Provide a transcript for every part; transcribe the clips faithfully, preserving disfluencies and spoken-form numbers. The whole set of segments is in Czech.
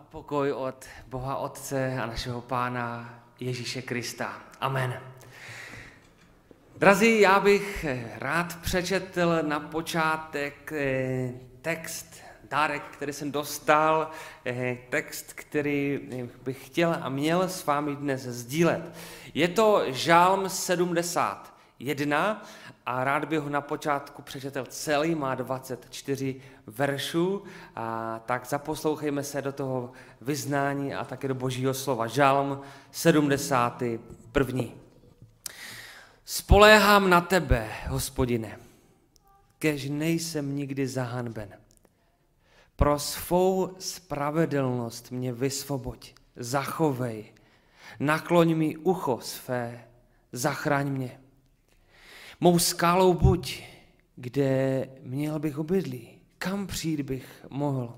pokoj od Boha Otce a našeho Pána Ježíše Krista. Amen. Drazí, já bych rád přečetl na počátek text, dárek, který jsem dostal, text, který bych chtěl a měl s vámi dnes sdílet. Je to Žálm sedmdesát jedna a rád bych ho na počátku přečetl celý, má dvacet čtyři veršů, a tak zaposlouchejme se do toho vyznání a také do Božího slova. Žálm sedmdesát jedna. Spoléhám na tebe, Hospodine, kež nejsem nikdy zahanben. Pro svou spravedlnost mě vysvoboď, zachovej, nakloň mi ucho své, zachraň mě. Mou skálou buď, kde měl bych obydlí, kam přijít bych mohl.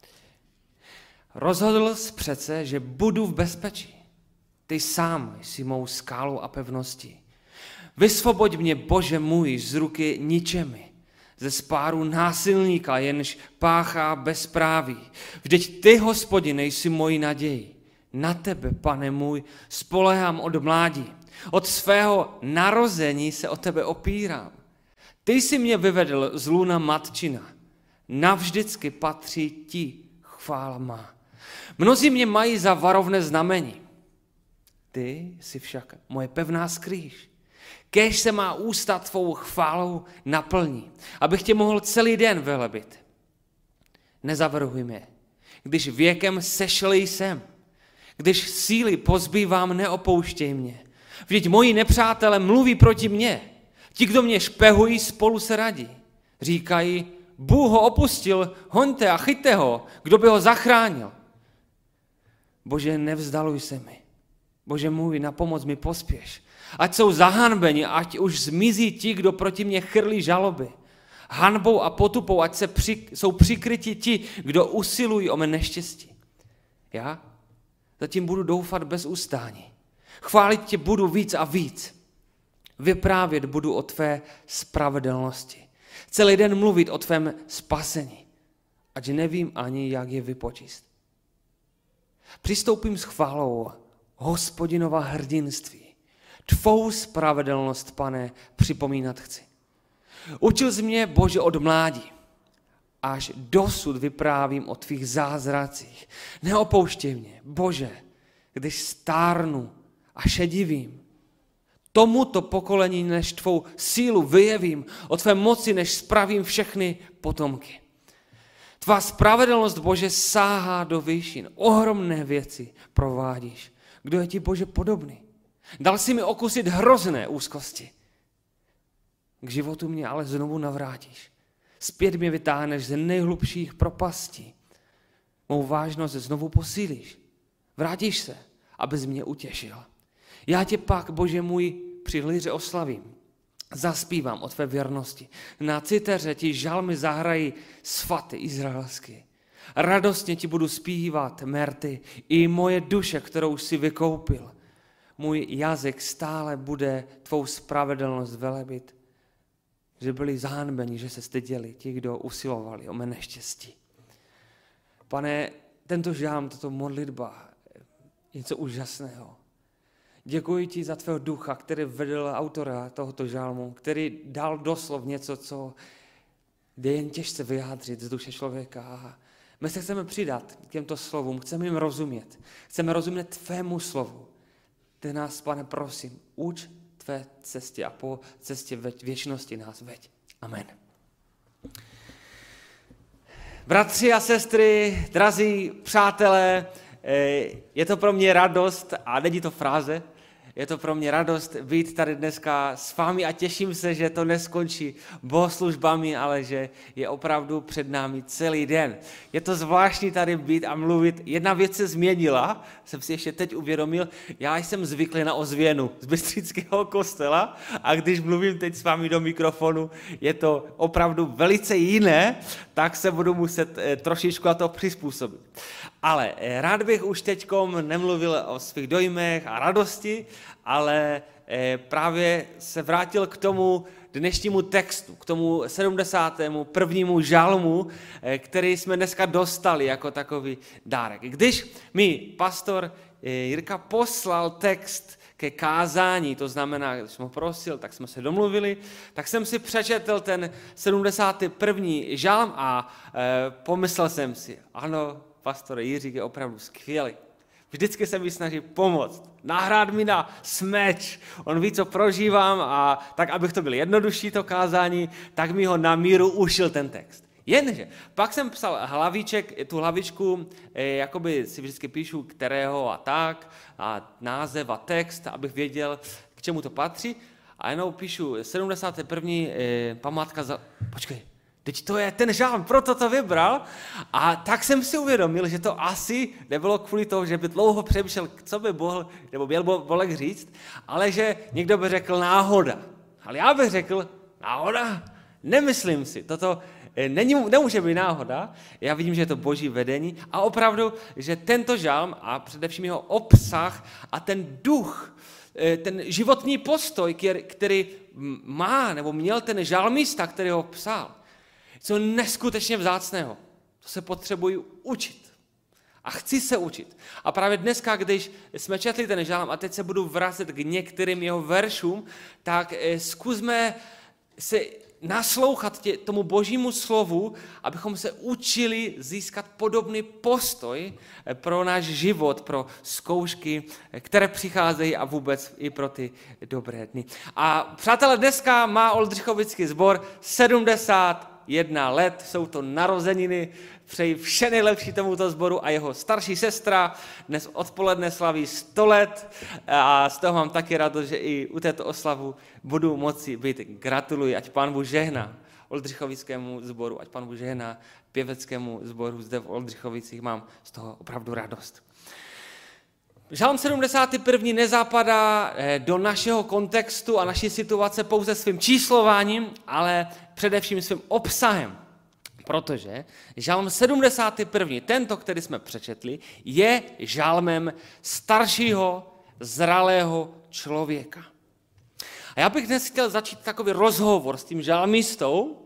Rozhodl jsi přece, že budu v bezpečí. Ty sám jsi mou skálou a pevností. Vysvoboď mě, Bože můj, z ruky ničemi, ze spáru násilníka, jenž páchá bezpráví. Vždyť ty, Hospodine, jsi mojí naději. Na tebe, Pane můj, spoléhám od mládí. Od svého narození se o tebe opírám. Ty jsi mě vyvedl z lůna matčina. Navždycky patří ti chvála má. Mnozí mě mají za varovné znamení. Ty jsi však moje pevná skrýš. Kéž se má ústa tvou chválou naplní, abych tě mohl celý den velebit. Nezavrhuj mě, když věkem sešel jsem, když síly pozbývám, neopouštěj mě. Vždyť moji nepřátelé mluví proti mně. Ti, kdo mě špehují, spolu se radí. Říkají, Bůh ho opustil, hoňte a chyťte ho, kdo by ho zachránil. Bože, nevzdaluj se mi. Bože můj, na pomoc mi pospěš. Ať jsou zahanbeni, ať už zmizí ti, kdo proti mně chrlí žaloby. Hanbou a potupou, ať se při, jsou přikryti ti, kdo usilují o mé neštěstí. Já zatím budu doufat bez ustání. Chválit tě budu víc a víc. Vyprávět budu o tvé spravedlnosti. Celý den mluvit o tvém spasení. Ať nevím ani, jak je vypočíst. Přistoupím s chválou Hospodinova hrdinství. Tvou spravedlnost, Pane, připomínat chci. Učil jsi mě, Bože, od mládí. Až dosud vyprávím o tvých zázracích. Neopouštěj mě, Bože, když stárnu a šedivím. Tomuto pokolení, než tvou sílu vyjevím, o tvé moci, než spravím všechny potomky. Tvá spravedlnost, Bože, sáhá do výšin. Ohromné věci provádíš. Kdo je ti, Bože, podobný? Dal jsi mi okusit hrozné úzkosti. K životu mě ale znovu navrátíš. Zpět mě vytáhneš ze nejhlubších propastí. Mou vážnost znovu posílíš. Vrátíš se, abys mě utěšil. Já tě pak, Bože můj, při liře oslavím. Zaspívám o tvé věrnosti. Na citeře ti žalmy zahrají svaty izraelské. Radostně ti budu zpívat, Merty, i moje duše, kterou jsi vykoupil. Můj jazyk stále bude tvou spravedlnost velebit, že byli zahanbeni, že se styděli ti, kdo usilovali o mé neštěstí. Pane, tento žálm, tato modlitba, něco úžasného. Děkuji ti za tvého ducha, který vedl autora tohoto žálmu, který dal doslov něco, co jde jen těžce vyjádřit z duše člověka. A my se chceme přidat k těmto slovům, chceme jim rozumět. Chceme rozumět tvému slovu. Ty nás, Pane, prosím, uč tvé cestě a po cestě věčnosti nás veď. Amen. Bratři a sestry, drazí přátelé, je to pro mě radost, a není to fráze, je to pro mě radost být tady dneska s vámi a těším se, že to neskončí bohoslužbami, ale že je opravdu před námi celý den. Je to zvláštní tady být a mluvit. Jedna věc se změnila, jsem si ještě teď uvědomil, já jsem zvyklý na ozvěnu z Bystřického kostela a když mluvím teď s vámi do mikrofonu, je to opravdu velice jiné, tak se budu muset trošičku na to přizpůsobit. Ale rád bych už teďkom nemluvil o svých dojmech a radosti, ale právě se vrátil k tomu, dnešnímu textu, k tomu sedmdesátému prvnímu žalmu, který jsme dneska dostali jako takový dárek. Když mi pastor Jirka poslal text ke kázání, to znamená, když jsem ho prosil, tak jsme se domluvili, tak jsem si přečetl ten sedmdesátý první žalm a e, pomyslel jsem si, ano, pastor Jiřík je opravdu skvělý. Vždycky se mi snaží pomoct, nahrát mi na smeč, on ví, co prožívám a tak, abych to byl jednodušší to kázání, tak mi ho na míru ušil ten text. Jenže pak jsem psal hlavíček, tu hlavičku, jakoby si vždycky píšu, kterého a tak, a název a text, abych věděl, k čemu to patří. A jenom píšu sedmdesátý první památka za... Počkej, teď to je ten žálm, proto to vybral. A tak jsem si uvědomil, že to asi nebylo kvůli tomu, že by dlouho přemýšlel, co by mohl, nebo měl Bolek říct, ale že někdo by řekl náhoda. Ale já bych řekl, náhoda? Nemyslím si, toto není, nemůže být náhoda, já vidím, že je to boží vedení a opravdu, že tento žalm a především jeho obsah a ten duch, ten životní postoj, který má nebo měl ten žalmista, který ho psal, co neskutečně vzácného. To se potřebuji učit. A chci se učit. A právě dneska, když jsme četli ten žalm a teď se budu vracet k některým jeho veršům, tak zkusme se naslouchat tě, tomu božímu slovu, abychom se učili získat podobný postoj pro náš život, pro zkoušky, které přicházejí a vůbec i pro ty dobré dny. A přátelé, dneska má Oldřichovický sbor sedmdesát jedna let, jsou to narozeniny, přeji vše nejlepší tomuto sboru a jeho starší sestra dnes odpoledne slaví sto let a z toho mám taky radost, že i u této oslavu budu moci být. Gratuluji, ať Pán Bůh žehná Oldřichovickému sboru, ať Pán Bůh žehná pěveckému sboru zde v Oldřichovicích, mám z toho opravdu radost. Žalm sedmdesátý první nezapadá do našeho kontextu a naší situace pouze svým číslováním, ale především svým obsahem. Protože žalm sedmdesátý první, tento, který jsme přečetli, je žalmem staršího, zralého člověka. A já bych dnes chtěl začít takový rozhovor s tím žalmistou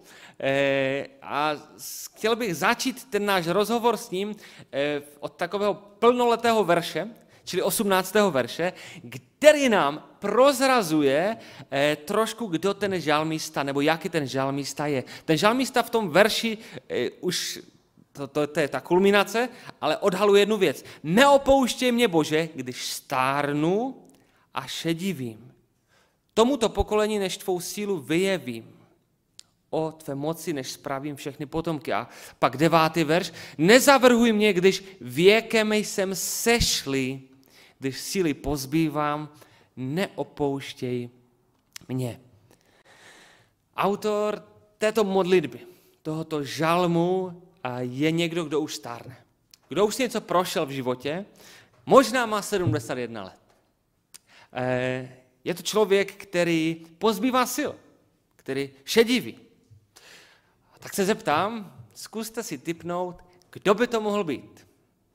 a chtěl bych začít ten náš rozhovor s ním od takového plnoletého verše, čili osmnáctého verše, který nám prozrazuje eh, trošku, kdo ten žalmista, nebo jaký ten žalmista je. Ten žalmista v tom verši eh, už, to, to, to je ta kulminace, ale odhaluje jednu věc. Neopouštěj mě, Bože, když stárnu a šedivím. Tomuto pokolení, než tvou sílu vyjevím. O tvé moci, než spravím všechny potomky. A pak devátý verš. Nezavrhuj mě, když věkem jsem sešli, když síly pozbývám, neopouštěj mě. Autor této modlitby, tohoto žalmu je někdo, kdo už stárne. Kdo už si něco prošel v životě, možná má sedmdesát jedna let. Je to člověk, který pozbývá sil, který šediví. Tak se zeptám, zkuste si tipnout, kdo by to mohl být.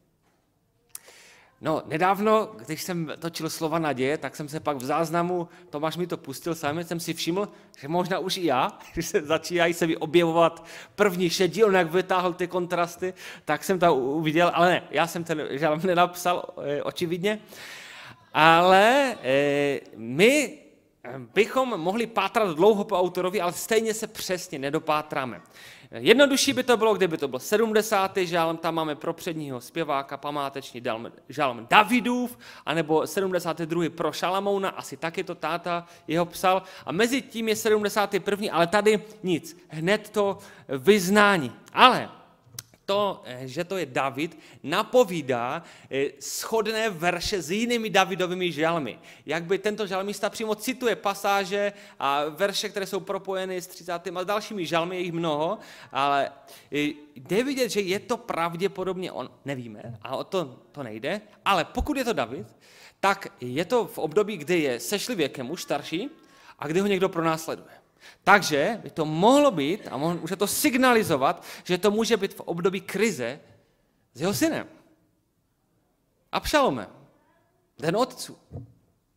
No, nedávno, když jsem točil Slova naděje, tak jsem se pak v záznamu, Tomáš mi to pustil sám, jsem si všiml, že možná už i já, když se začínají se mi objevovat první šedí, on jak vytáhl ty kontrasty, tak jsem to uviděl, ale ne, já jsem ten žalm nenapsal, e, očividně, ale e, my bychom mohli pátrat dlouho po autorovi, ale stejně se přesně nedopátráme. Jednodušší by to bylo, kdyby to byl sedmdesátý žalm, tam máme pro předního zpěváka památečný žalm Davidův, anebo sedmdesátý druhý pro Šalamouna, asi taky to táta jeho psal, a mezi tím je sedmdesátý první, ale tady nic, hned to vyznání. Ale to, že to je David, napovídá shodné verše s jinými Davidovými žalmy. Jak by tento žalmista přímo cituje pasáže a verše, které jsou propojeny s třicátým a dalšími žalmy, je jich mnoho, ale jde vidět, že je to pravděpodobně on, nevíme, a o to, to nejde, ale pokud je to David, tak je to v období, kdy je sešli věkem už starší a kdy ho někdo pronásleduje. Takže by to mohlo být, a může to signalizovat, že to může být v období krize s jeho synem. Abšalomem. Den otců.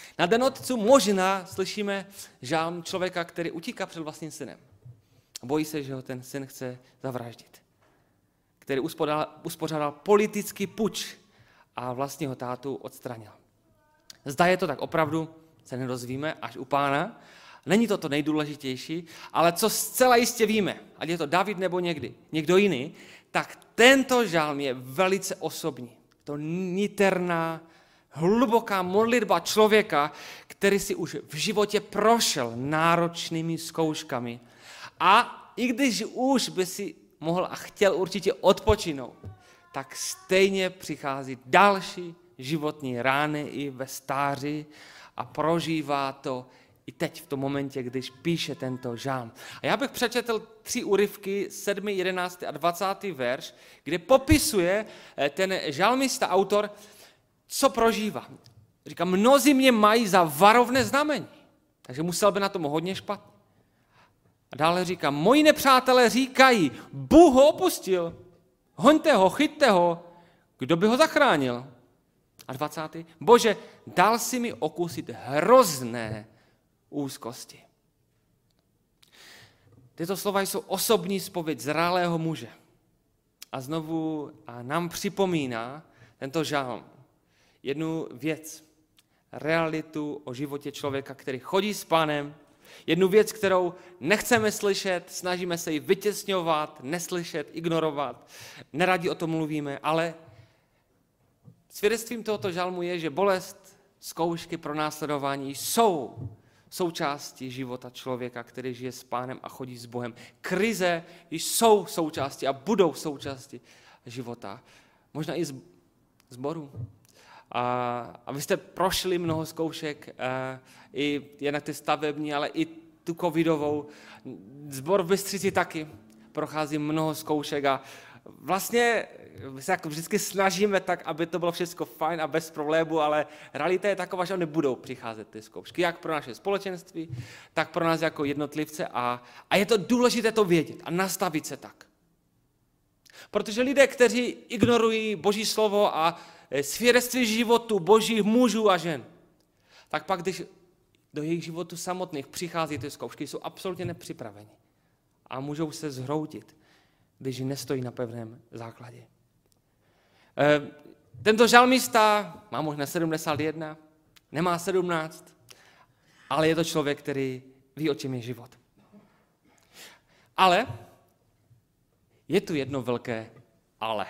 Na Den otců možná slyšíme žálm člověka, který utíká před vlastním synem. Bojí se, že ho ten syn chce zavraždit. Který uspořádal, uspořádal politický puč a vlastního tátu odstranil. Zda je to tak opravdu, se nedozvíme až u Pána. Není to to nejdůležitější, ale co zcela jistě víme, ať je to David nebo někdy, někdo jiný, tak tento žálm je velice osobní. To niterná, hluboká modlitba člověka, který si už v životě prošel náročnými zkouškami. A i když už by si mohl a chtěl určitě odpočinout, tak stejně přichází další životní rány i ve stáří a prožívá to i teď v tom momentě, když píše tento žálm. A já bych přečetl tři úryvky, sedmý, jedenáctý a dvacátý verš, kde popisuje ten žalmista, autor, co prožívá. Říká, mnozí mě mají za varovné znamení, takže musel by na tom hodně špatně. A dále říká, moji nepřátelé říkají, Bůh ho opustil, hoňte ho, chyťte ho, kdo by ho zachránil. A dvacátý. Bože, dal si mi okusit hrozné úzkosti. Tyto slova jsou osobní zpověď zralého muže. A znovu a nám připomíná tento žálm jednu věc, realitu o životě člověka, který chodí s Pánem, jednu věc, kterou nechceme slyšet, snažíme se ji vytěsňovat, neslyšet, ignorovat, neradi o tom mluvíme, ale svědectvím tohoto žalmu je, že bolest, zkoušky, pronásledování jsou součástí života člověka, který žije s Pánem a chodí s Bohem. Krize jsou součástí a budou součástí života. Možná i sboru. A, a vy jste prošli mnoho zkoušek, a, i jednak ty stavební, ale i tu covidovou. Sbor v Bystřici taky prochází mnoho zkoušek a vlastně se jako vždycky snažíme tak, aby to bylo všechno fajn a bez problému, ale realita je taková, že nebudou přicházet ty zkoušky, jak pro naše společenství, tak pro nás jako jednotlivce a, a je to důležité to vědět a nastavit se tak. Protože lidé, kteří ignorují Boží slovo a svědectví životu božích mužů a žen, tak pak, když do jejich životu samotných přichází ty zkoušky, jsou absolutně nepřipraveni a můžou se zhroutit, když nestojí na pevném základě. E, tento žalmista má možná sedmdesát jedna, nemá sedmnáct, ale je to člověk, který ví, o čem je život. Ale je tu jedno velké ale.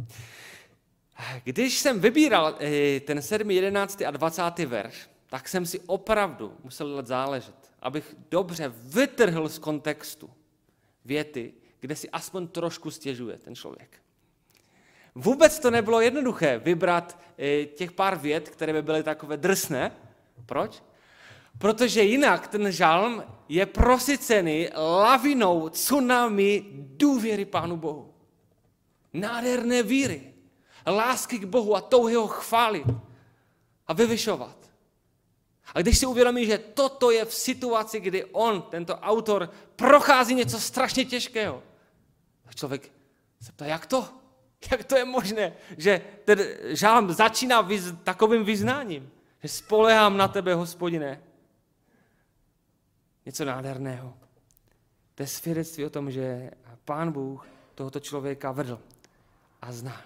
Když jsem vybíral ten sedmý, jedenáctý a dvacátý verš, tak jsem si opravdu musel dát záležet, abych dobře vytrhl z kontextu věty, kde si aspoň trošku stěžuje ten člověk. Vůbec to nebylo jednoduché vybrat těch pár vět, které by byly takové drsné. Proč? Protože jinak ten žalm je prosycený lavinou tsunami důvěry Pánu Bohu. Nádherné víry, lásky k Bohu a touhy ho chválit a vyvyšovat. A když si uvědomí, že toto je v situaci, kdy on, tento autor, prochází něco strašně těžkého, tak člověk se ptá, jak to? Jak to je možné, že ten žálm začíná vyz, takovým vyznáním, že spolehám na tebe, Hospodine. Něco nádherného. To je svědectví o tom, že Pán Bůh tohoto člověka vedl a zná.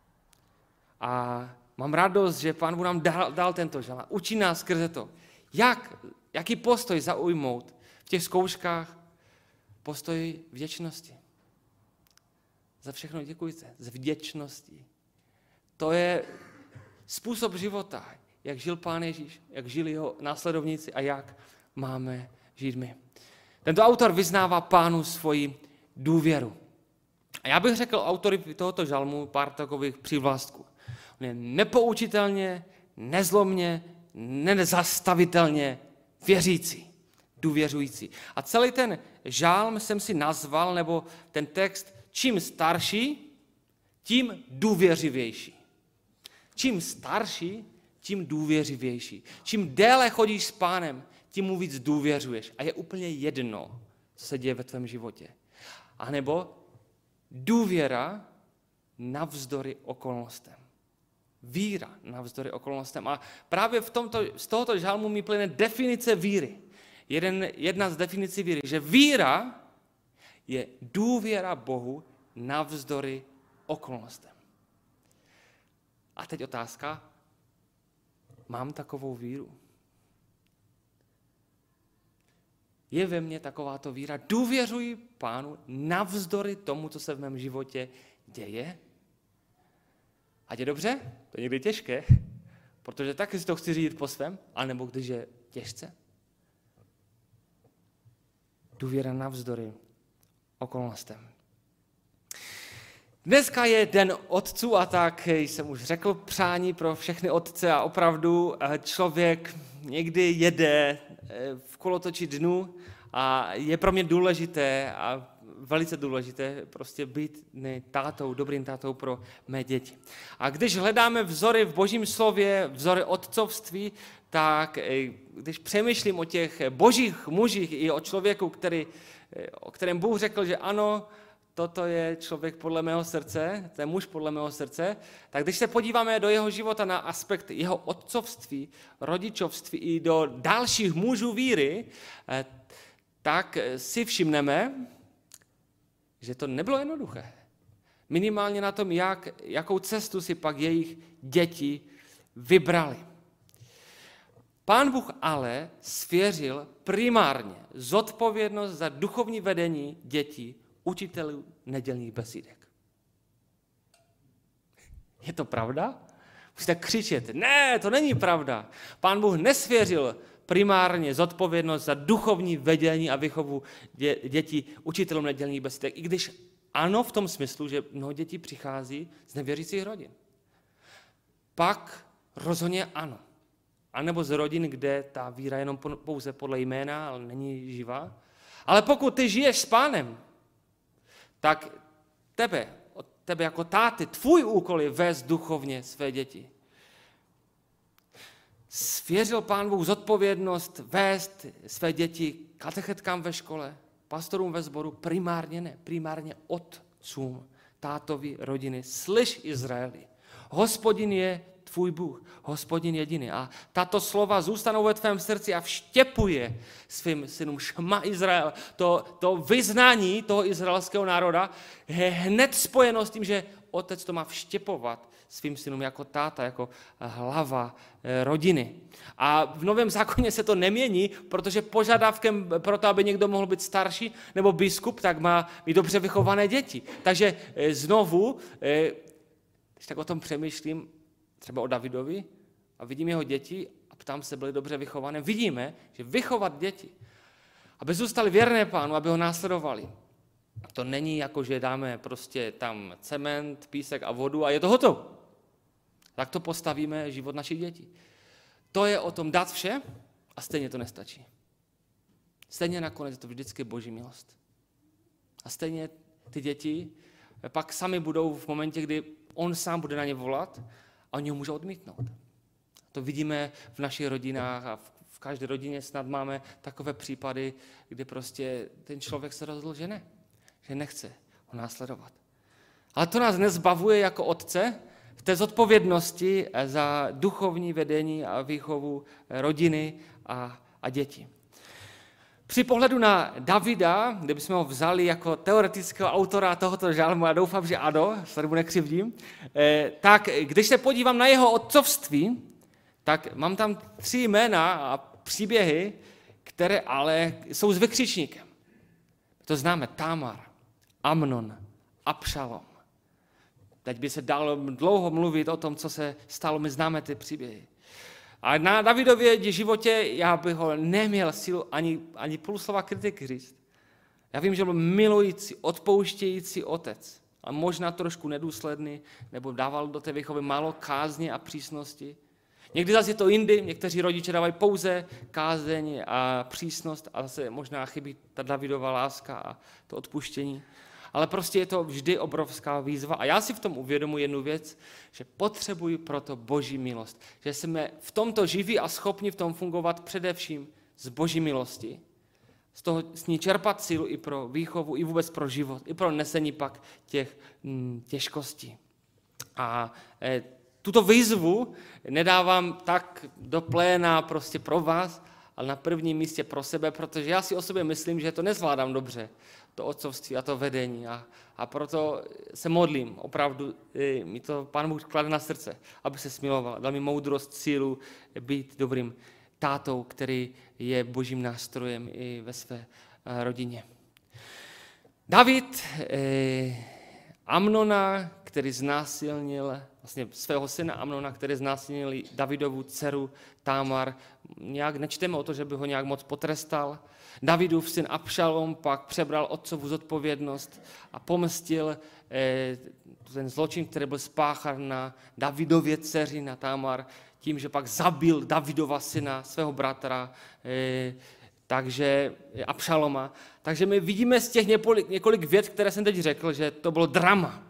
A mám radost, že Pán Bůh nám dal, dal tento žalm. Učí nás skrze to, jak, jaký postoj zaujmout v těch zkouškách, postoj vděčnosti. Za všechno děkujte, z vděčností. To je způsob života, jak žil Pán Ježíš, jak žili jeho následovníci a jak máme žít my. Tento autor vyznává Pánu svoji důvěru. A já bych řekl autory tohoto žalmu pár takových přívlastků. On je nepoučitelně, nezlomně, nezastavitelně věřící, důvěřující. A celý ten žálm jsem si nazval, nebo ten text, čím starší, tím důvěřivější. Čím starší, tím důvěřivější. Čím déle chodíš s Pánem, tím mu víc důvěřuješ. A je úplně jedno, co se děje ve tvém životě. A nebo důvěra navzdory okolnostem. Víra navzdory okolnostem. A právě v tomto, z tohoto žalmu mi plyne definice víry. Jeden, jedna z definicí víry, že víra je důvěra Bohu navzdory okolnostem. A teď otázka, mám takovou víru? Je ve mně takováto víra? Důvěřuji Pánu navzdory tomu, co se v mém životě děje? Ať je dobře? To je někdy těžké, protože taky si to chci říct po svém, anebo když je těžce. Důvěra navzdory okolnostem. Dneska je den otců a tak jsem už řekl přání pro všechny otce a opravdu člověk někdy jede v kolotoči dnu a je pro mě důležité a velice důležité prostě být tátou, dobrým tátou pro mé děti. A když hledáme vzory v Božím slově, vzory otcovství, tak když přemýšlím o těch božích mužích i o člověku, který, o kterém Bůh řekl, že ano, toto je člověk podle mého srdce, to je muž podle mého srdce, tak když se podíváme do jeho života na aspekt jeho otcovství, rodičovství i do dalších mužů víry, tak si všimneme, že to nebylo jednoduché. Minimálně na tom, jak, jakou cestu si pak jejich děti vybrali. Pán Bůh ale svěřil primárně zodpovědnost za duchovní vedení dětí učitelů nedělních besídek. Je to pravda? Musíte křičet, ne, to není pravda. Pán Bůh nesvěřil primárně zodpovědnost za duchovní vedení a výchovu dě, dětí učitelům nedělních besídek, i když ano v tom smyslu, že mnoho dětí přichází z nevěřících rodin. Pak rozhodně ano. A nebo z rodin, kde ta víra je jenom pouze podle jména, ale není živá. Ale pokud ty žiješ s Pánem, tak tebe, od tebe jako táty, tvůj úkol je vést duchovně své děti. Svěřil Pán Bůh zodpovědnost vést své děti katechetkám ve škole, pastorům ve sboru, primárně ne, primárně otcům, tátovi rodiny. Slyš, Izraeli, Hospodin je tvůj Bůh, Hospodin jediný. A tato slova zůstanou ve tvém srdci a vštěpuje svým synům Šma Izrael. To, to vyznání toho izraelského národa je hned spojeno s tím, že otec to má vštěpovat svým synům jako táta, jako hlava rodiny. A v Novém zákoně se to nemění, protože požadavkem pro to, aby někdo mohl být starší nebo biskup, tak má mít dobře vychované děti. Takže znovu, když tak o tom přemýšlím, třeba o Davidovi a vidím jeho děti a ptám se, byly dobře vychované, vidíme, že vychovat děti, aby zůstali věrné Pánu, aby ho následovali. To není jako, že dáme prostě tam cement, písek a vodu a je to hotovo. Tak to postavíme život našich dětí. To je o tom dát vše a stejně to nestačí. Stejně nakonec je to vždycky Boží milost. A stejně ty děti pak sami budou v momentě, kdy on sám bude na ně volat a oni ho můžou odmítnout. To vidíme v našich rodinách a v každé rodině snad máme takové případy, kdy prostě ten člověk se rozhodl, že ne. Že nechce ho následovat. Ale to nás nezbavuje jako otce v té zodpovědnosti za duchovní vedení a výchovu rodiny a, a dětí. Při pohledu na Davida, kdybychom ho vzali jako teoretického autora tohoto žalmu, a doufám, že ano, se mu nekřivdím, tak když se podívám na jeho otcovství, tak mám tam tři jména a příběhy, které ale jsou s vykřičníkem. To známe Tamar, Amnon, Abšalom. Teď by se dalo dlouho mluvit o tom, co se stalo, my známe ty příběhy. A na Davidově životě já bych ho neměl sílu ani, ani půl slova kritiky říct. Já vím, že byl milující, odpouštějící otec, a možná trošku nedůsledný, nebo dával do té výchovy málo kázně a přísnosti. Někdy zase je to jindy, někteří rodiče dávají pouze kázeň a přísnost a zase možná chybí ta Davidova láska a to odpuštění. Ale prostě je to vždy obrovská výzva a já si v tom uvědomuji jednu věc, že potřebuji proto Boží milost. Že jsme v tomto živí a schopni v tom fungovat především z Boží milosti. Z toho s ní čerpat sílu i pro výchovu, i vůbec pro život, i pro nesení pak těch mm, těžkostí. A e, tuto výzvu nedávám tak do pléna prostě pro vás, ale na prvním místě pro sebe, protože já si o sobě myslím, že to nezvládám dobře, to otcovství a to vedení. A, a proto se modlím, opravdu mi to Pán Bůh klade na srdce, aby se smiloval, dal mi moudrost, sílu být dobrým tátou, který je božím nástrojem i ve své rodině. David eh, Amnona, který znásilnil, vlastně svého syna Amnona, který znásilnil Davidovu dceru Támar, nějak nečteme o to, že by ho nějak moc potrestal. Davidův syn Abšalom pak přebral otcovu zodpovědnost a pomstil eh, ten zločin, který byl spáchan na Davidově dceři, na Támar, tím, že pak zabil Davidova syna, svého bratra, eh, takže Abšaloma. Takže my vidíme z těch několik, několik vět, které jsem teď řekl, že to bylo drama.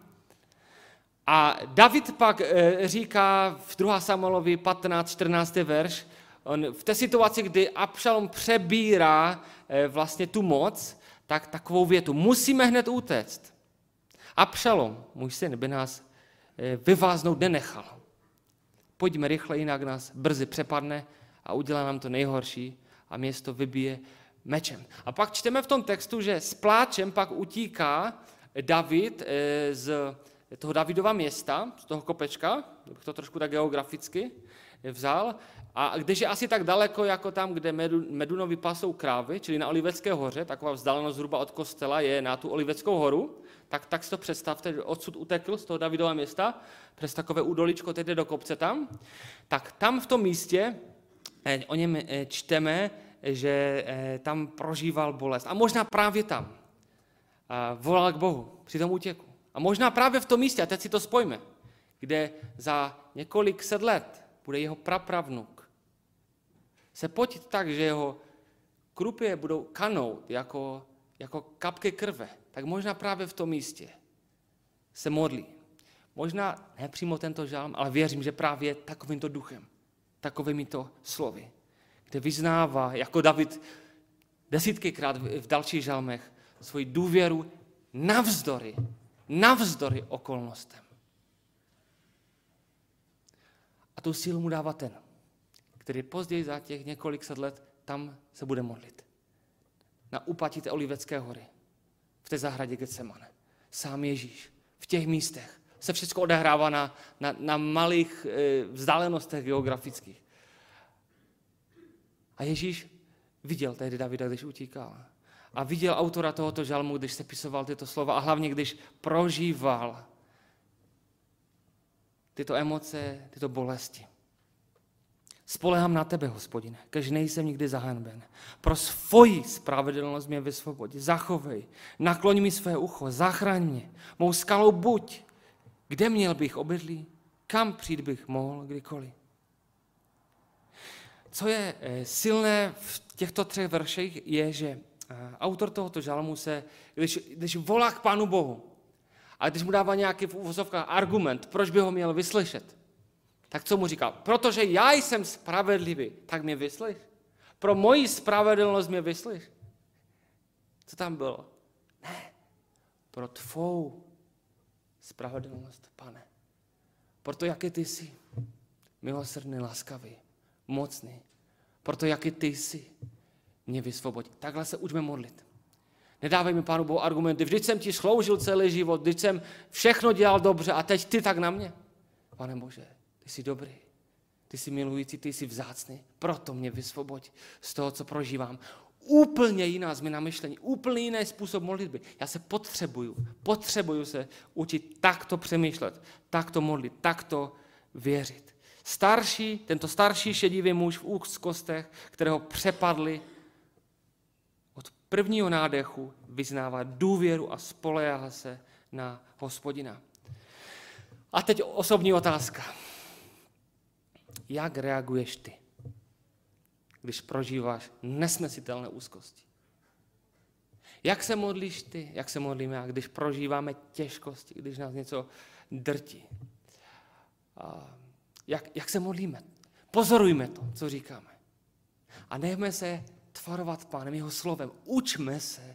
A David pak e, říká v druhé Samuelovi patnáct čtrnáctý verš, on v té situaci, kdy Abšalom přebírá e, vlastně tu moc, tak takovou větu, musíme hned utéct. Abšalom, můj syn, by nás e, vyváznout nenechal. Pojďme rychle, jinak nás brzy přepadne a udělá nám to nejhorší a město vybije mečem. A pak čteme v tom textu, že s pláčem pak utíká David e, z toho Davidova města, z toho kopečka, bych to trošku tak geograficky vzal, a když je asi tak daleko, jako tam, kde Medunovi pasou krávy, čili na Olivecké hoře, taková vzdálenost zhruba od kostela je na tu Oliveckou horu, tak, tak si to představte, že odsud utekl z toho Davidova města, přes takové údoličko, teď jde do kopce tam, tak tam v tom místě o něm čteme, že tam prožíval bolest. A možná právě tam volal k Bohu při tom útěku. A možná právě v tom místě, a teď si to spojme, kde za několik set let bude jeho prapravnuk se potit tak, že jeho krupě budou kanout jako, jako kapky krve, tak možná právě v tom místě se modlí. Možná ne přímo tento žalm, ale věřím, že právě takovýmto duchem, takovými to slovy, kde vyznává, jako David desítkykrát v dalších žalmech, svoji důvěru navzdory, navzdory okolnostem. A tu sílu mu dává ten, který později za těch několik set let tam se bude modlit. Na úpatí té Olivecké hory, v té zahradě Getsemane. Sám Ježíš, v těch místech se všechno odehrává na, na, na malých e, vzdálenostech geografických. A Ježíš viděl tehdy Davida, když utíkal. A viděl autora tohoto žalmu, když sepisoval tyto slova a hlavně, když prožíval tyto emoce, tyto bolesti. Spolehám na tebe, Hospodine, kež nejsem nikdy zahanben. Pro svoji spravedlnost mě vysvobodí, zachovej, nakloň mi své ucho, zachraň mě, mou skalou buď, kde měl bych obydlí, kam přijít bych mohl kdykoliv. Co je silné v těchto třech verších, je, že autor tohoto žalmu se, když, když volá k Pánu Bohu, a když mu dává nějaký v uvozovkách argument, proč by ho měl vyslyšet, tak co mu říká? Protože já jsem spravedlivý, tak mě vyslyš. Pro moji spravedlnost mě vyslyš. Co tam bylo? Ne, pro tvou spravedlnost, Pane. Proto, jaký ty jsi, milosrdný, laskavý, mocný. Proto, jaký ty jsi, mě vysvobodí. Takhle se učme modlit. Nedávej mi, Pánu Bohu, argumenty. Vždyť jsem ti sloužil celý život, vždyť jsem všechno dělal dobře a teď ty tak na mě. Pane Bože, ty jsi dobrý, ty jsi milující, ty jsi vzácný, proto mě vysvoboď z toho, co prožívám. Úplně jiná změna myšlení, úplně jiný způsob modlitby. Já se potřebuju, potřebuju se učit takto přemýšlet, takto modlit, takto věřit. Starší, tento starší šedivý muž v úzkostech, kterého přepadli, od prvního nádechu vyznává důvěru a spoléhá se na Hospodina. A teď osobní otázka. Jak reaguješ ty, když prožíváš nesnesitelné úzkosti? Jak se modlíš ty, jak se modlíme já, když prožíváme těžkosti, když nás něco drtí? A jak, jak se modlíme? Pozorujme to, co říkáme. A nechme se tvarovat Pánem, jeho slovem. Učme se,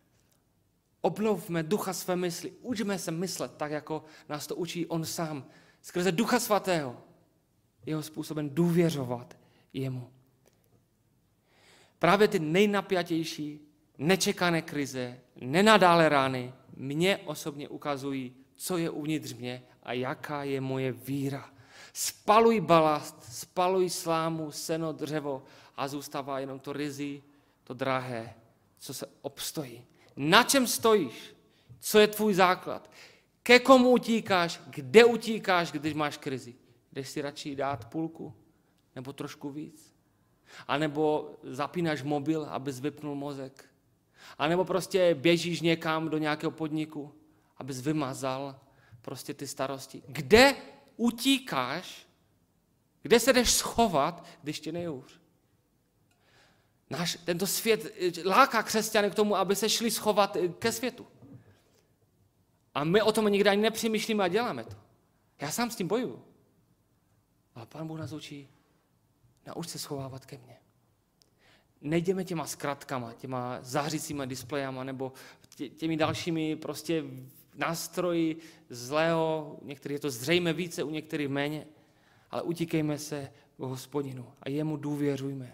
obnovme ducha své mysli, učme se myslet tak, jako nás to učí on sám Skrze Ducha Svatého jeho způsobem důvěřovat jemu. Právě ty nejnapjatější, nečekané krize, nenadále rány mě osobně ukazují, co je uvnitř mě a jaká je moje víra. Spaluj balast, spaluj slámu, seno, dřevo a zůstává jenom to ryzí, to drahé, co se obstojí. Na čem stojíš? Co je tvůj základ? Ke komu utíkáš? Kde utíkáš, když máš krizi? Jdeš si radši dát půlku? Nebo trošku víc? A nebo zapínáš mobil, abys vypnul mozek? A nebo prostě běžíš někam do nějakého podniku, abys vymazal prostě ty starosti? Kde utíkáš? Kde se jdeš schovat, když ti nejhůř? Náš, tento svět láká křesťany k tomu, aby se šli schovat ke světu. A my o tom nikdy ani nepřemýšlíme a děláme to. Já sám s tím bojuju. Ale Pán Bůh nás učí, nauč se schovávat ke mně. Nejdeme těma zkratkama, těma zářícíma displejama nebo tě, těmi dalšími prostě nástroji zlého, některých je to zřejmě více, u některých méně, ale utíkejme se k Hospodinu a jemu důvěřujme.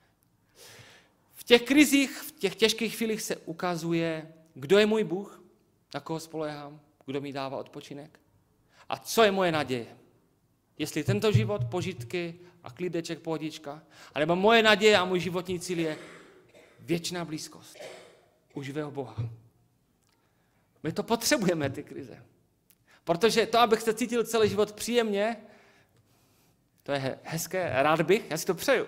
V těch krizích, v těch těžkých chvílích se ukazuje, kdo je můj Bůh, na koho spoléhám, kdo mi dává odpočinek a co je moje naděje. Jestli tento život, požitky a klídeček, pohodička, anebo moje naděje a můj životní cíl je věčná blízkost u živého Boha. My to potřebujeme, ty krize. Protože to, abych se cítil celý život příjemně, to je hezké, rád bych, já si to přeju.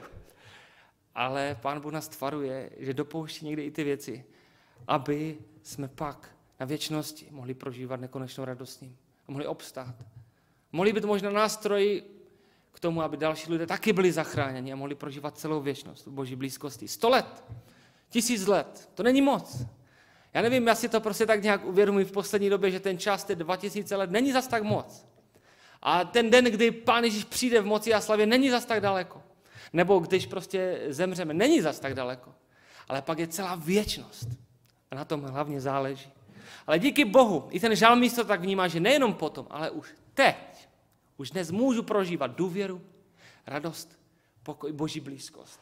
Ale Pán Bůh nás tvaruje, že dopouští někdy i ty věci, aby jsme pak na věčnosti mohli prožívat nekonečnou radost s ním a mohli obstát. Mohli být možná nástroji k tomu, aby další lidé taky byli zachráněni a mohli prožívat celou věčnost v Boží blízkosti. Sto let, tisíc let, to není moc. Já nevím, já si to prostě tak nějak uvědomuji v poslední době, že ten čas, ty dva tisíce let, není zas tak moc. A ten den, kdy Pán Ježíš přijde v moci a slavě, není zas tak daleko. Nebo když prostě zemřeme, není zas tak daleko. Ale pak je celá věčnost. A na tom hlavně záleží. Ale díky Bohu, i ten žalmista to tak vnímá, že nejenom potom, ale už teď, už dnes můžu prožívat důvěru, radost, pokoj, Boží blízkost.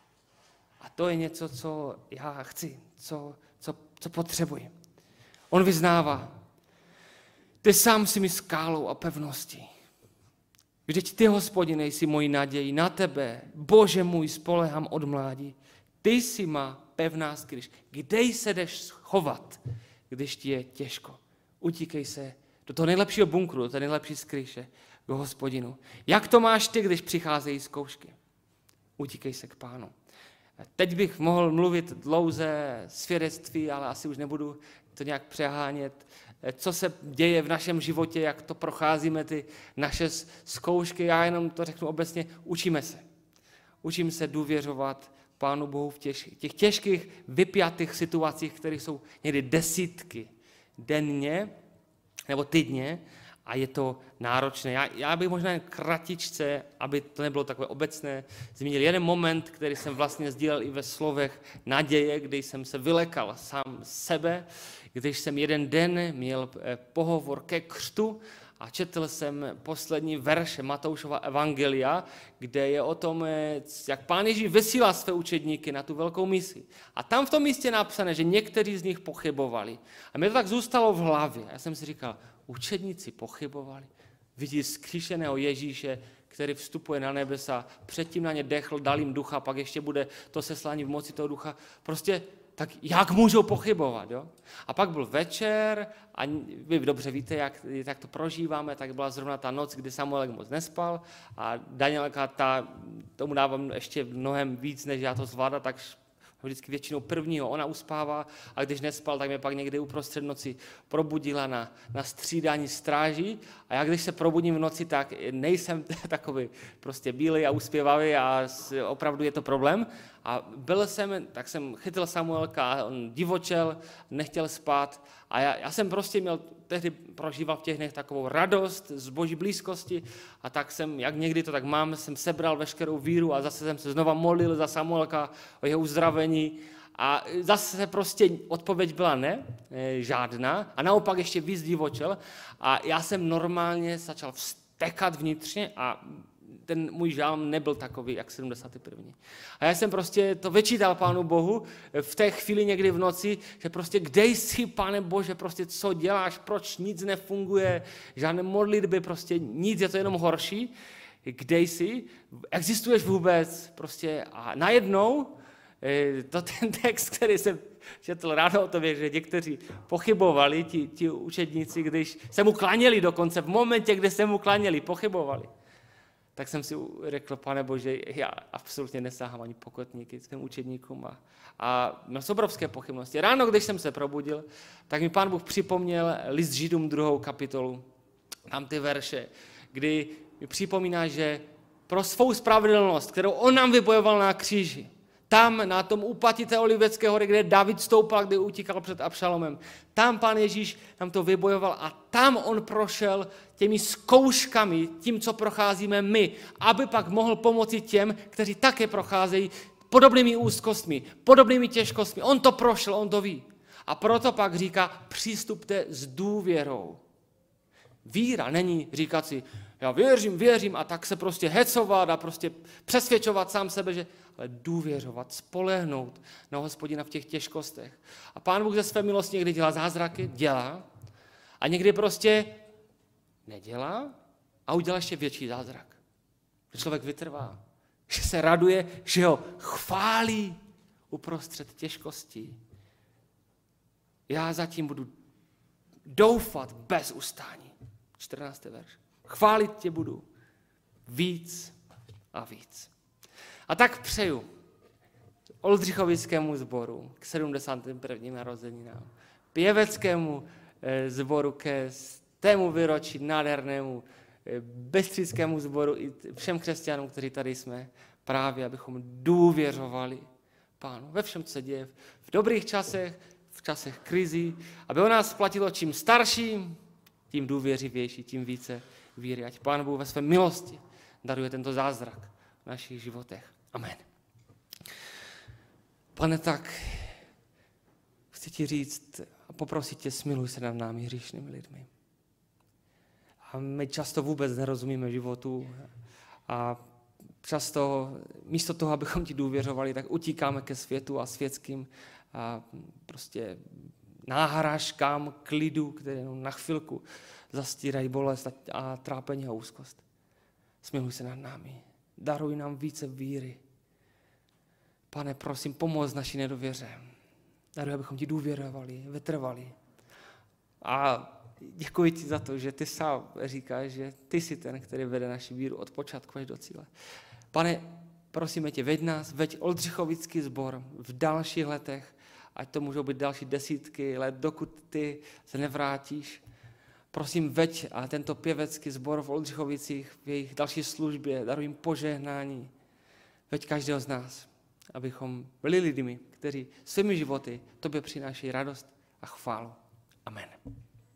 A to je něco, co já chci, co, co, co potřebuji. On vyznává, ty sám si mi skálou a pevností. Vždyť ty, Hospodine, jsi mojí naději, na tebe, Bože můj, spolehám od mládí. Ty jsi má pevná skryš. Kde se jdeš schovat, když ti je těžko? Utíkej se do toho nejlepšího bunkru, do té nejlepší skryše, k Hospodinu. Jak to máš ty, když přicházejí zkoušky? Utíkej se k Pánu. Teď bych mohl mluvit dlouze svědectví, ale asi už nebudu to nějak přehánět. Co se děje v našem životě, jak to procházíme, ty naše zkoušky. Já jenom to řeknu obecně, učíme se. Učím se důvěřovat Pánu Bohu v těch, těch těžkých, vypjatých situacích, které jsou někdy desítky denně nebo týdně a je to náročné. Já, já bych možná kratičce, aby to nebylo takové obecné, zmínil jeden moment, který jsem vlastně sdílel i ve slovech naděje, kdy jsem se vylekal sám sebe, když jsem jeden den měl pohovor ke křtu a četl jsem poslední verše Matoušova evangelia, kde je o tom, jak Pán Ježíš vysílá své učedníky na tu velkou misi. A tam v tom místě je napsané, že někteří z nich pochybovali. A mě to tak zůstalo v hlavě. Já jsem si říkal, učedníci pochybovali. Vidí zkříšeného Ježíše, který vstupuje na nebesa, předtím na ně dechl, dal jim ducha, pak ještě bude to seslání v moci toho ducha. Prostě tak jak můžou pochybovat, jo? A pak byl večer a vy dobře víte, jak, jak to prožíváme, tak byla zrovna ta noc, kdy Samuelek moc nespal a Danielka ta, tomu dávám ještě mnohem víc, než já to zvládám, tak vždycky většinou prvního ona uspává a když nespal, tak mě pak někdy uprostřed noci probudila na, na střídání stráží a já když se probudím v noci, tak nejsem takový prostě bílej a uspěvavý a opravdu je to problém. A byl jsem, tak jsem chytil Samuelka, on divočel, nechtěl spát a já, já jsem prostě měl, tehdy prožíval v těch dnech takovou radost z Boží blízkosti a tak jsem, jak někdy to tak mám, jsem sebral veškerou víru a zase jsem se znova modlil za Samuelka o jeho uzdravení a zase prostě odpověď byla ne, žádná a naopak ještě víc divočel a já jsem normálně začal vstávat pekat vnitřně a ten můj žálm nebyl takový, jak sedmdesát první. A já jsem prostě to vyčítal Pánu Bohu v té chvíli někdy v noci, že prostě kde jsi, Pane Bože, prostě co děláš, proč nic nefunguje, žádné modlitby, prostě nic, je to jenom horší. Kde jsi, existuješ vůbec, prostě a najednou to ten text, který jsem četl ráno o tom, že někteří pochybovali, ti, ti učedníci, když se mu klaněli dokonce, v momentě, kdy se mu klaněli, pochybovali. Tak jsem si řekl, Pane Bože, já absolutně nesáhám ani pokotníky svým učedníkům a, a měl jsem obrovské pochybnosti. Ráno, když jsem se probudil, tak mi Pán Bůh připomněl list Židům druhou kapitolu, tam ty verše, kdy mi připomíná, že pro svou spravedlnost, kterou on nám vybojoval na kříži, tam na tom úpatí té Olivecké hory, kde David stoupal, kde utíkal před Abšalomem, tam Pán Ježíš nám to vybojoval a tam on prošel těmi zkouškami, tím, co procházíme my, aby pak mohl pomoci těm, kteří také procházejí podobnými úzkostmi, podobnými těžkostmi. On to prošel, on to ví. A proto pak říká, přistupte s důvěrou. Víra není říkat si, já věřím, věřím a tak se prostě hecovat a prostě přesvědčovat sám sebe, že, ale důvěřovat, spolehnout na Hospodina v těch těžkostech. A Pán Bůh ze své milosti někdy dělá zázraky, dělá a někdy prostě nedělá a udělá ještě větší zázrak. Že člověk vytrvá, že se raduje, že ho chválí uprostřed těžkostí. Já zatím budu doufat bez ustání. čtrnáctý verš. Chválit tě budu víc a víc. A tak přeju Oldřichovickému sboru k sedmdesátým prvním narozeninám, pěveckému sboru ke tému výročí nádhernému, bystřickému sboru i všem křesťanům, kteří tady jsme, právě abychom důvěřovali Pánu ve všem, co se děje v dobrých časech, v časech krizi, aby o nás platilo čím starší, tím důvěřivější, tím více víry. Ať Pán Bůh ve své milosti daruje tento zázrak v našich životech. Amen. Pane, tak chci ti říct a poprosit tě, smiluj se nad námi hříšnými lidmi. A my často vůbec nerozumíme životu a často místo toho, abychom ti důvěřovali, tak utíkáme ke světu a světským a prostě náhražkám klidu, které jenom na chvilku zastírají bolest a trápení a úzkost. Smiluj se nad námi. Daruj nám více víry. Pane, prosím, pomoz naší nedověře. Daruj, abychom ti důvěřovali, vytrvali. A děkuji ti za to, že ty sám říkáš, že ty jsi ten, který vede naši víru od počátku až do cíle. Pane, prosíme tě, veď nás, veď Oldřichovický sbor v dalších letech, ať to můžou být další desítky let, dokud ty se nevrátíš. Prosím, veď a tento pěvecký sbor v Oldřichovicích, v jejich další službě, daruj jim požehnání. Veď každého z nás, abychom byli lidmi, kteří svými životy tobě přinášejí radost a chválu. Amen.